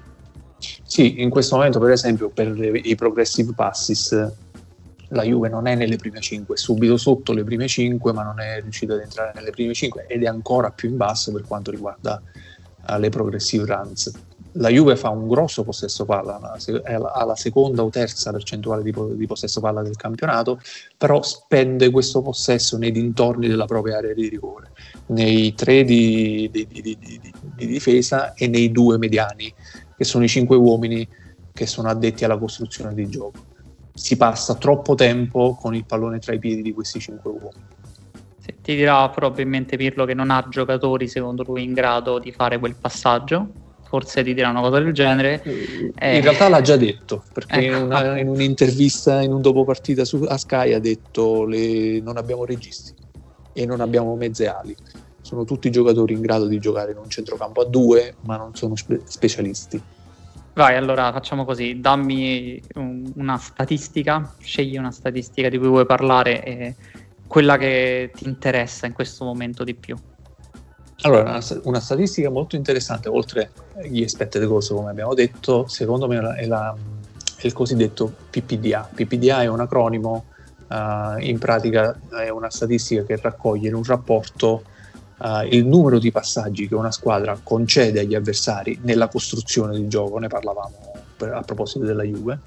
Sì, in questo momento per esempio per le, i progressive passes la Juve non è nelle prime cinque, è subito sotto le prime cinque, ma non è riuscita ad entrare nelle prime cinque, ed è ancora più in basso per quanto riguarda uh, le progressive runs. La Juve fa un grosso possesso palla, ha la seconda o terza percentuale di, po- di possesso palla del campionato, però spende questo possesso nei dintorni della propria area di rigore, nei tre di, di, di, di, di, di difesa e nei due mediani, che sono i cinque uomini che sono addetti alla costruzione di gioco. Si passa troppo tempo con il pallone tra i piedi di questi cinque uomini. Sì, ti dirà probabilmente Pirlo che non ha giocatori secondo lui in grado di fare quel passaggio, forse ti dirà una cosa del genere. In eh, realtà l'ha già detto, perché ecco. una, in un'intervista in un dopopartita su, a Sky ha detto le, non abbiamo registi e non abbiamo mezze ali, sono tutti giocatori in grado di giocare in un centrocampo a due, ma non sono spe- specialisti. Vai, allora facciamo così, dammi un, una statistica, scegli una statistica di cui vuoi parlare e quella che ti interessa in questo momento di più. Allora, una, una statistica molto interessante, oltre agli expected goals, come abbiamo detto, secondo me è, la, è il cosiddetto P P D A. P P D A è un acronimo, uh, in pratica è una statistica che raccoglie in un rapporto Uh, il numero di passaggi che una squadra concede agli avversari nella costruzione del gioco, ne parlavamo per, a proposito della Juve,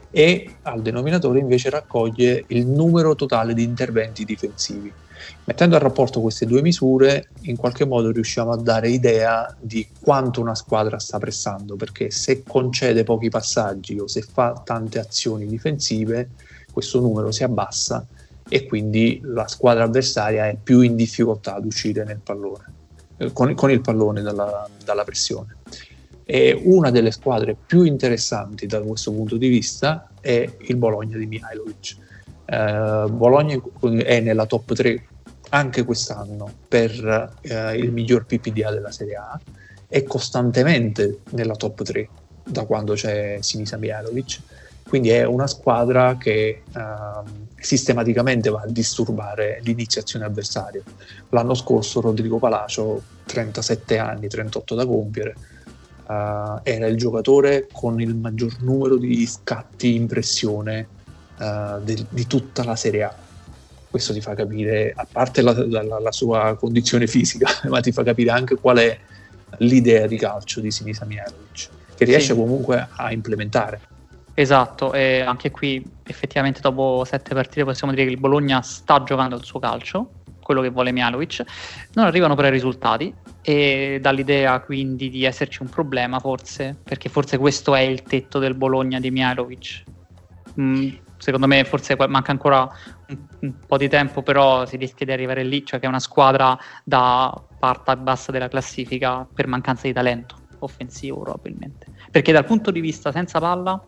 e al denominatore invece raccoglie il numero totale di interventi difensivi. Mettendo a rapporto queste due misure, in qualche modo riusciamo a dare idea di quanto una squadra sta pressando, perché se concede pochi passaggi o se fa tante azioni difensive, questo numero si abbassa e quindi la squadra avversaria è più in difficoltà ad uscire nel pallone, eh, con, con il pallone dalla, dalla pressione. E una delle squadre più interessanti da questo punto di vista è il Bologna di Mihajlovic. Eh, Bologna è nella top tre anche quest'anno per eh, il miglior P P D A della Serie A, è costantemente nella top tre. da quando c'è Sinisa Mihajlović, quindi è una squadra che uh, sistematicamente va a disturbare l'iniziazione avversaria. L'anno scorso Rodrigo Palacio, trentasette anni, trentotto da compiere, uh, era il giocatore con il maggior numero di scatti in pressione uh, de- di tutta la Serie A. Questo ti fa capire, a parte la, la, la sua condizione fisica, ma ti fa capire anche qual è l'idea di calcio di Sinisa Mihajlović, che riesce sì. comunque a implementare. Esatto, e anche qui effettivamente dopo sette partite possiamo dire che il Bologna sta giocando il suo calcio, quello che vuole Mihajlović. Non arrivano però i risultati e dall'idea quindi di esserci un problema forse, perché forse questo è il tetto del Bologna di Mihajlović. Mm, secondo me forse manca ancora un, un po' di tempo, però si rischia di arrivare lì, cioè che è una squadra da parte bassa della classifica per mancanza di talento offensivo probabilmente, perché dal punto di vista senza palla,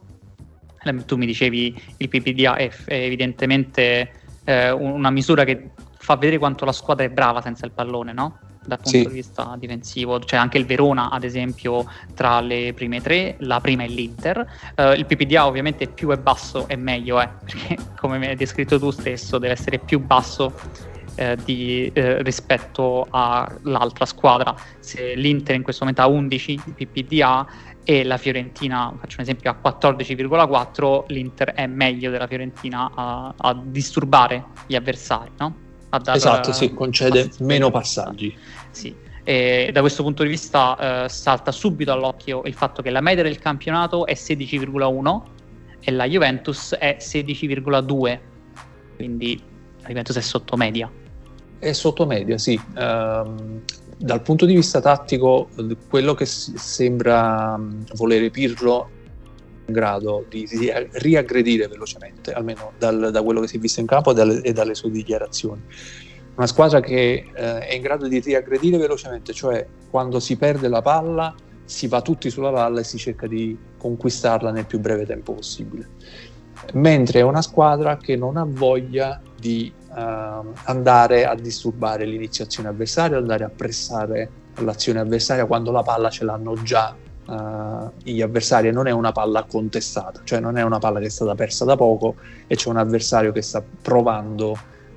tu mi dicevi il P P D A è evidentemente eh, una misura che fa vedere quanto la squadra è brava senza il pallone, no? Dal punto sì. di vista difensivo, cioè anche il Verona ad esempio tra le prime tre, la prima è l'Inter. Uh, il P P D A ovviamente più è basso è meglio, eh, perché come mi hai descritto tu stesso deve essere più basso eh, di, eh, rispetto all'altra squadra. Se l'Inter in questo momento ha undici di P P D A e la Fiorentina, faccio un esempio, a quattordici virgola quattro, l'Inter è meglio della Fiorentina a, a disturbare gli avversari, no? A dar, esatto, sì, concede meno passaggi. Sì, e da questo punto di vista eh, salta subito all'occhio il fatto che la media del campionato è sedici virgola uno e la Juventus è sedici virgola due, quindi la Juventus è sotto media. È sotto media, sì. Um, dal punto di vista tattico, quello che s- sembra um, volere Pirlo è in grado di ri- riaggredire velocemente, almeno dal, da quello che si è visto in campo e dalle, e dalle sue dichiarazioni. Una squadra che eh, è in grado di riaggredire velocemente, cioè quando si perde la palla si va tutti sulla palla e si cerca di conquistarla nel più breve tempo possibile. Mentre è una squadra che non ha voglia di uh, andare a disturbare l'iniziazione avversaria, andare a pressare l'azione avversaria quando la palla ce l'hanno già uh, gli avversari, e non è una palla contestata, cioè non è una palla che è stata persa da poco e c'è un avversario che sta provando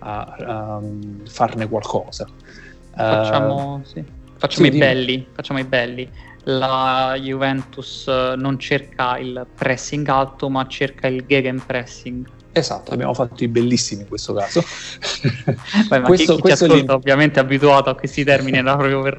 a um, farne qualcosa. Facciamo, uh, sì. facciamo sì, i belli, facciamo i belli. La Juventus non cerca il pressing alto, ma cerca il gegenpressing. Esatto, abbiamo fatto i bellissimi in questo caso. Beh, ma questo, chi, chi questo ci ascolta li... ovviamente è abituato a questi termini, era proprio per,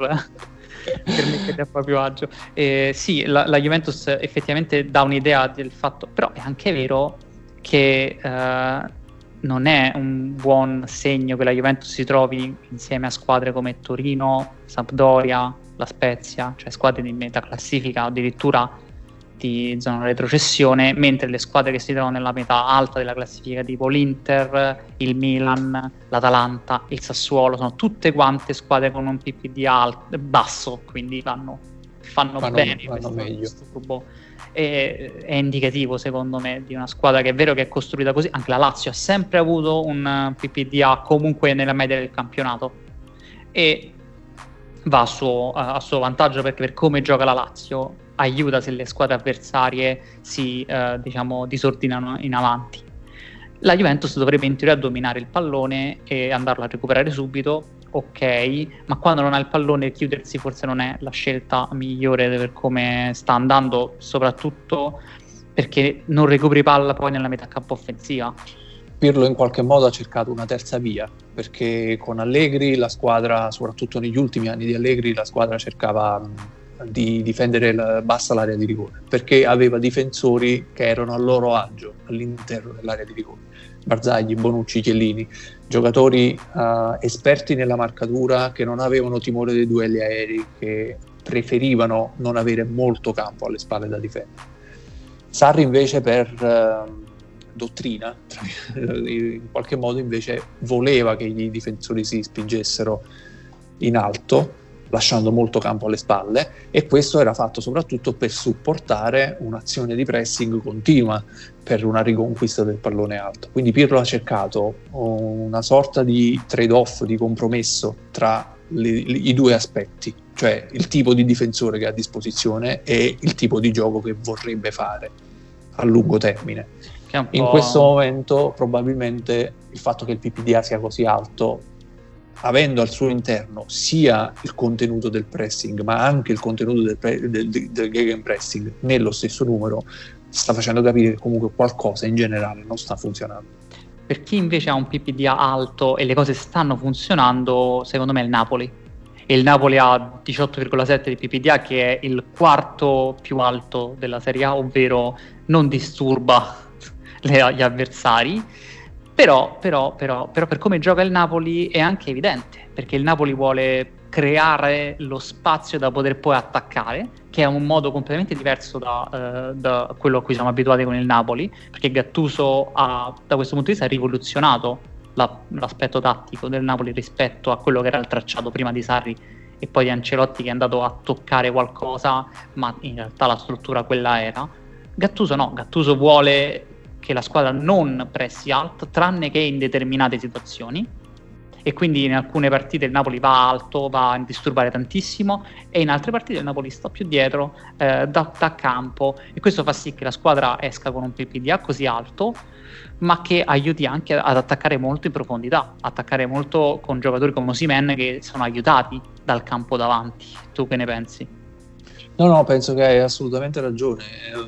per metterli a proprio agio. Eh, sì, la, la Juventus effettivamente dà un'idea del fatto, però è anche vero che eh, non è un buon segno che la Juventus si trovi insieme a squadre come Torino, Sampdoria, la Spezia, cioè squadre di metà classifica o addirittura di zona retrocessione, mentre le squadre che si trovano nella metà alta della classifica tipo l'Inter, il Milan, l'Atalanta, il Sassuolo sono tutte quante squadre con un P P D alto, basso, quindi vanno, fanno, fanno bene vanno questo, meglio. Questo gruppo. E, è indicativo secondo me di una squadra che è vero che è costruita così. Anche la Lazio ha sempre avuto un P P D A comunque nella media del campionato e va a suo, a suo vantaggio, perché per come gioca la Lazio aiuta se le squadre avversarie si eh, diciamo disordinano in avanti. La Juventus dovrebbe in teoria dominare il pallone e andarlo a recuperare subito, ok, ma quando non ha il pallone chiudersi forse non è la scelta migliore per come sta andando, soprattutto perché non recuperi palla poi nella metà campo offensiva. Pirlo in qualche modo ha cercato una terza via, perché con Allegri la squadra, soprattutto negli ultimi anni di Allegri, la squadra cercava di difendere la, bassa l'area di rigore, perché aveva difensori che erano a loro agio all'interno dell'area di rigore. Barzagli, Bonucci, Chiellini, giocatori uh, esperti nella marcatura, che non avevano timore dei duelli aerei, che preferivano non avere molto campo alle spalle da difendere. Sarri invece per uh, dottrina, in qualche modo invece voleva che i difensori si spingessero in alto, lasciando molto campo alle spalle, e questo era fatto soprattutto per supportare un'azione di pressing continua per una riconquista del pallone alto. Quindi Pirlo ha cercato una sorta di trade-off, di compromesso tra le, i due aspetti, cioè il tipo di difensore che ha a disposizione e il tipo di gioco che vorrebbe fare a lungo termine. In questo momento probabilmente il fatto che il P P D A sia così alto, avendo al suo interno sia il contenuto del pressing ma anche il contenuto del, pre- del, del, del gegenpressing nello stesso numero, sta facendo capire che comunque qualcosa in generale non sta funzionando. Per chi invece ha un P P D A alto e le cose stanno funzionando, secondo me è il Napoli. E il Napoli ha diciotto virgola sette di P P D A, che è il quarto più alto della Serie A, ovvero non disturba le, gli avversari. Però, però, però, però per come gioca il Napoli è anche evidente, perché il Napoli vuole creare lo spazio da poter poi attaccare, che è un modo completamente diverso da, eh, da quello a cui siamo abituati con il Napoli, perché Gattuso ha, da questo punto di vista, rivoluzionato la, l'aspetto tattico del Napoli rispetto a quello che era il tracciato prima di Sarri e poi di Ancelotti, che è andato a toccare qualcosa, ma in realtà la struttura quella era. Gattuso no, Gattuso vuole che la squadra non pressi alto, tranne che in determinate situazioni, e quindi in alcune partite il Napoli va alto, va a disturbare tantissimo, e in altre partite il Napoli sta più dietro, eh, da, da campo, e questo fa sì che la squadra esca con un P P D A così alto, ma che aiuti anche ad attaccare molto in profondità, attaccare molto con giocatori come Osimhen che sono aiutati dal campo davanti. Tu che ne pensi? No, no, penso che hai assolutamente ragione.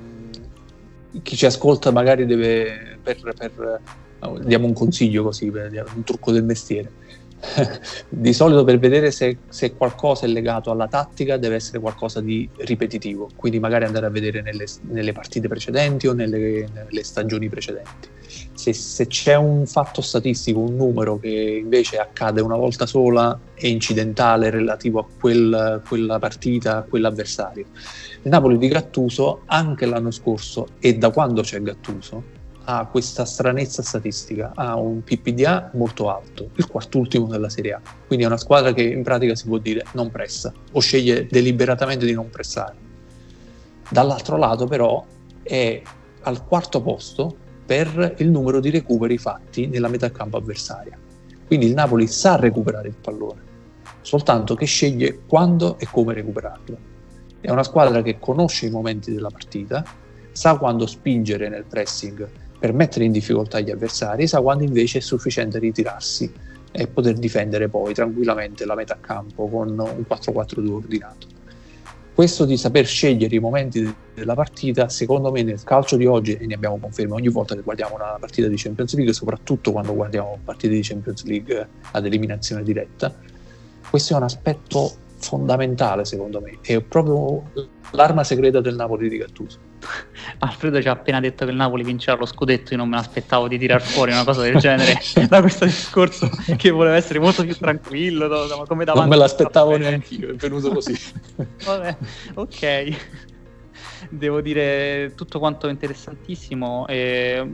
Chi ci ascolta magari deve, per, per diamo un consiglio così, per, un trucco del mestiere. Di solito per vedere se, se qualcosa è legato alla tattica deve essere qualcosa di ripetitivo, quindi magari andare a vedere nelle, nelle partite precedenti o nelle, nelle stagioni precedenti. Se, se c'è un fatto statistico, un numero che invece accade una volta sola, è incidentale relativo a quel, quella partita, a quell'avversario. Il Napoli di Gattuso anche l'anno scorso, e da quando c'è Gattuso, ha questa stranezza statistica, ha un P P D A molto alto, il quartultimo della Serie A, quindi è una squadra che in pratica si può dire non pressa o sceglie deliberatamente di non pressare. Dall'altro lato però è al quarto posto per il numero di recuperi fatti nella metà campo avversaria, quindi il Napoli sa recuperare il pallone, soltanto che sceglie quando e come recuperarlo. È una squadra che conosce i momenti della partita, sa quando spingere nel pressing per mettere in difficoltà gli avversari, sa quando invece è sufficiente ritirarsi e poter difendere poi tranquillamente la metà campo con un quattro quattro due ordinato. Questo di saper scegliere i momenti della partita, secondo me nel calcio di oggi, e ne abbiamo conferme ogni volta che guardiamo una partita di Champions League, soprattutto quando guardiamo partite di Champions League ad eliminazione diretta, questo è un aspetto fondamentale secondo me, è proprio l'arma segreta del Napoli di Gattuso. Alfredo ci ha appena detto che il Napoli vincerà lo scudetto, io non me l'aspettavo di tirar fuori una cosa del genere da questo discorso che voleva essere molto più tranquillo, no? Come davanti, non me l'aspettavo neanche io, è venuto così. Vabbè, ok, devo dire tutto quanto interessantissimo, e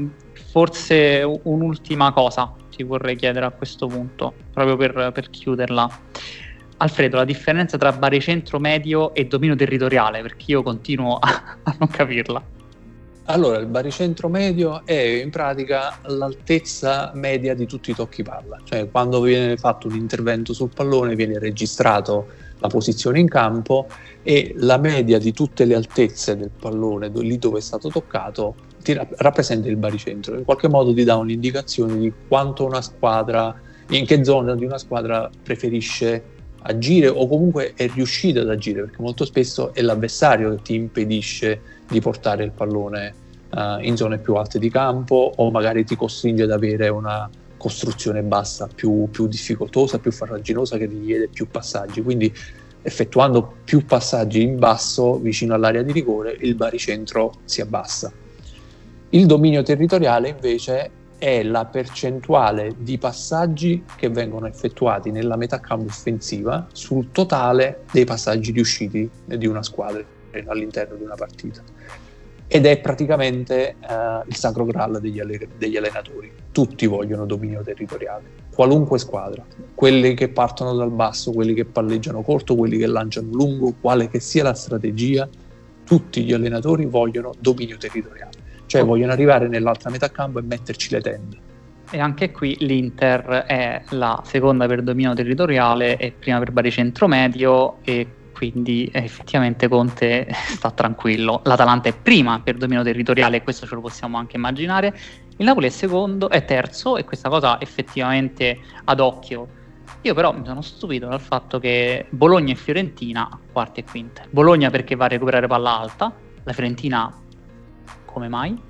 forse un'ultima cosa ti vorrei chiedere a questo punto, proprio per, per chiuderla. Alfredo, la differenza tra baricentro medio e dominio territoriale, perché io continuo a, a non capirla. Allora, il baricentro medio è in pratica l'altezza media di tutti i tocchi palla, cioè quando viene fatto un intervento sul pallone viene registrato la posizione in campo e la media di tutte le altezze del pallone, lì dove è stato toccato, ti rappresenta il baricentro. In qualche modo ti dà un'indicazione di quanto una squadra, in che zona di una squadra preferisce agire o comunque è riuscita ad agire, perché molto spesso è l'avversario che ti impedisce di portare il pallone uh, in zone più alte di campo, o magari ti costringe ad avere una costruzione bassa più, più difficoltosa, più farraginosa, che richiede più passaggi. Quindi effettuando più passaggi in basso vicino all'area di rigore il baricentro si abbassa. Il dominio territoriale invece è la percentuale di passaggi che vengono effettuati nella metà campo offensiva sul totale dei passaggi riusciti di una squadra all'interno di una partita. Ed è praticamente uh, il sacro graal degli, alle- degli allenatori. Tutti vogliono dominio territoriale, qualunque squadra, quelli che partono dal basso, quelli che palleggiano corto, quelli che lanciano lungo, quale che sia la strategia, tutti gli allenatori vogliono dominio territoriale. Cioè vogliono arrivare nell'altra metà campo e metterci le tende. E anche qui l'Inter è la seconda per dominio territoriale e prima per baricentro medio, e quindi effettivamente Conte sta tranquillo. L'Atalanta è prima per dominio territoriale, e questo ce lo possiamo anche immaginare. Il Napoli è secondo, è terzo, e questa cosa effettivamente ad occhio. Io però mi sono stupito dal fatto che Bologna e Fiorentina quarti e quinte. Bologna perché va a recuperare palla alta, la Fiorentina come mai?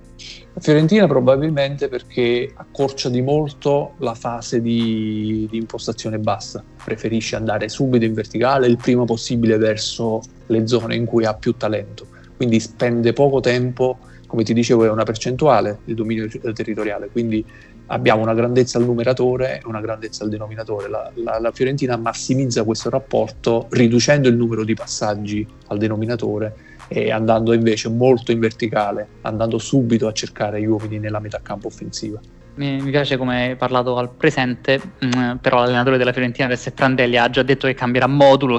La Fiorentina probabilmente perché accorcia di molto la fase di, di impostazione bassa, preferisce andare subito in verticale il prima possibile verso le zone in cui ha più talento, quindi spende poco tempo, come ti dicevo è una percentuale il dominio territoriale, quindi abbiamo una grandezza al numeratore e una grandezza al denominatore. La, la, la Fiorentina massimizza questo rapporto riducendo il numero di passaggi al denominatore e andando invece molto in verticale, andando subito a cercare gli uomini nella metà campo offensiva. Mi, mi piace come hai parlato al presente, mh, però l'allenatore della Fiorentina adesso è Prandelli, ha già detto che cambierà modulo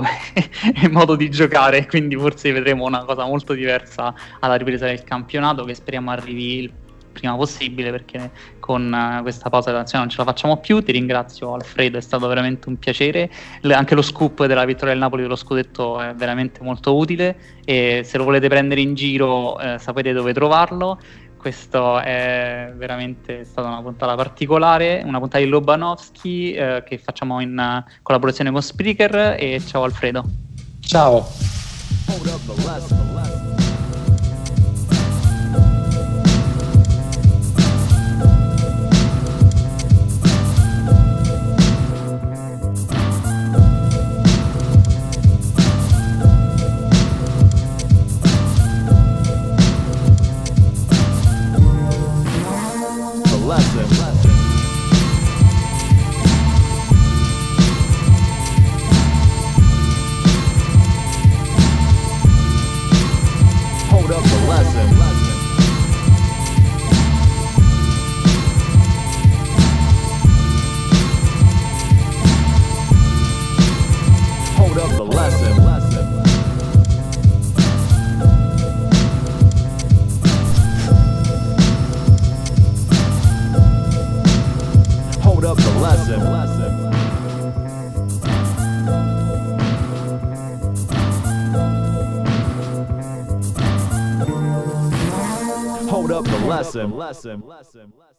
e modo di giocare, quindi forse vedremo una cosa molto diversa alla ripresa del campionato, che speriamo arrivi il prima possibile, perché con uh, questa pausa della nazionale non ce la facciamo più. Ti ringrazio Alfredo, è stato veramente un piacere. L- anche lo scoop della vittoria del Napoli dello scudetto è veramente molto utile, e se lo volete prendere in giro eh, sapete dove trovarlo. Questo è veramente stata una puntata particolare, una puntata di Lobanovsky eh, che facciamo in uh, collaborazione con Spreaker. E ciao Alfredo. Ciao. Hold up the lesson. lesson. lesson. lesson.